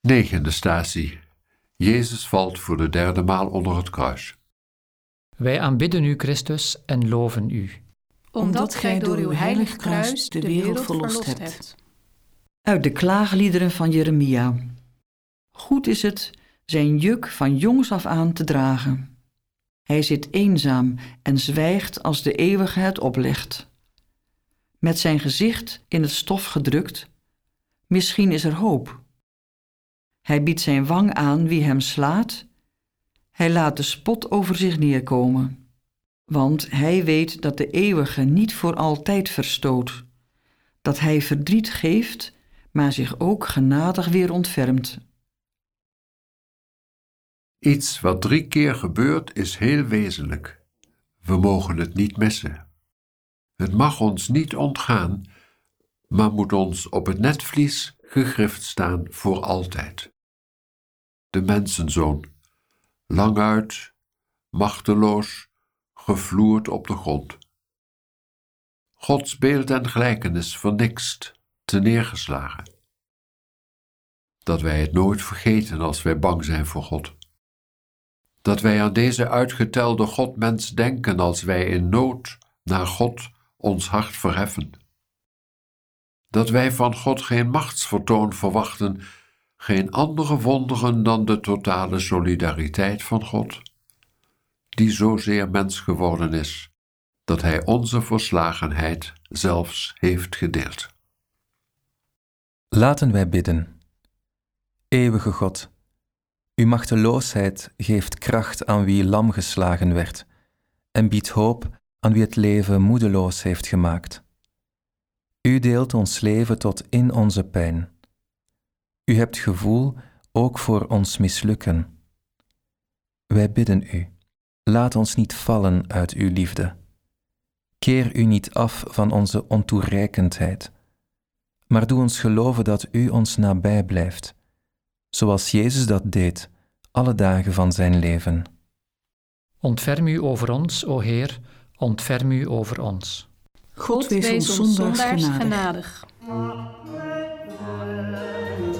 Negende statie. Jezus valt voor de derde maal onder het kruis. Wij aanbidden u, Christus, en loven u. Omdat gij door uw heilig kruis de wereld verlost hebt. Uit de klaagliederen van Jeremia. Goed is het zijn juk van jongs af aan te dragen. Hij zit eenzaam en zwijgt als de eeuwige het oplegt. Met zijn gezicht in het stof gedrukt, misschien is er hoop. Hij biedt zijn wang aan wie hem slaat. Hij laat de spot over zich neerkomen. Want hij weet dat de eeuwige niet voor altijd verstoot. Dat hij verdriet geeft, maar zich ook genadig weer ontfermt. Iets wat 3 keer gebeurt is heel wezenlijk. We mogen het niet missen. Het mag ons niet ontgaan, maar moet ons op het netvlies gegrift staan voor altijd. De mensenzoon, languit, machteloos, gevloerd op de grond. Gods beeld en gelijkenis vernikst, teneergeslagen. Dat wij het nooit vergeten als wij bang zijn voor God. Dat wij aan deze uitgetelde God-mens denken als wij in nood naar God ons hart verheffen. Dat wij van God geen machtsvertoon verwachten, geen andere wonderen dan de totale solidariteit van God, die zozeer mens geworden is, dat Hij onze verslagenheid zelfs heeft gedeeld. Laten wij bidden. Eeuwige God, uw machteloosheid geeft kracht aan wie lam geslagen werd en biedt hoop aan wie het leven moedeloos heeft gemaakt. U deelt ons leven tot in onze pijn. U hebt gevoel ook voor ons mislukken. Wij bidden u, laat ons niet vallen uit uw liefde. Keer u niet af van onze ontoereikendheid, maar doe ons geloven dat u ons nabij blijft, zoals Jezus dat deed, alle dagen van zijn leven. Ontferm u over ons, o Heer, ontferm u over ons. God wees ons zondaars genadig.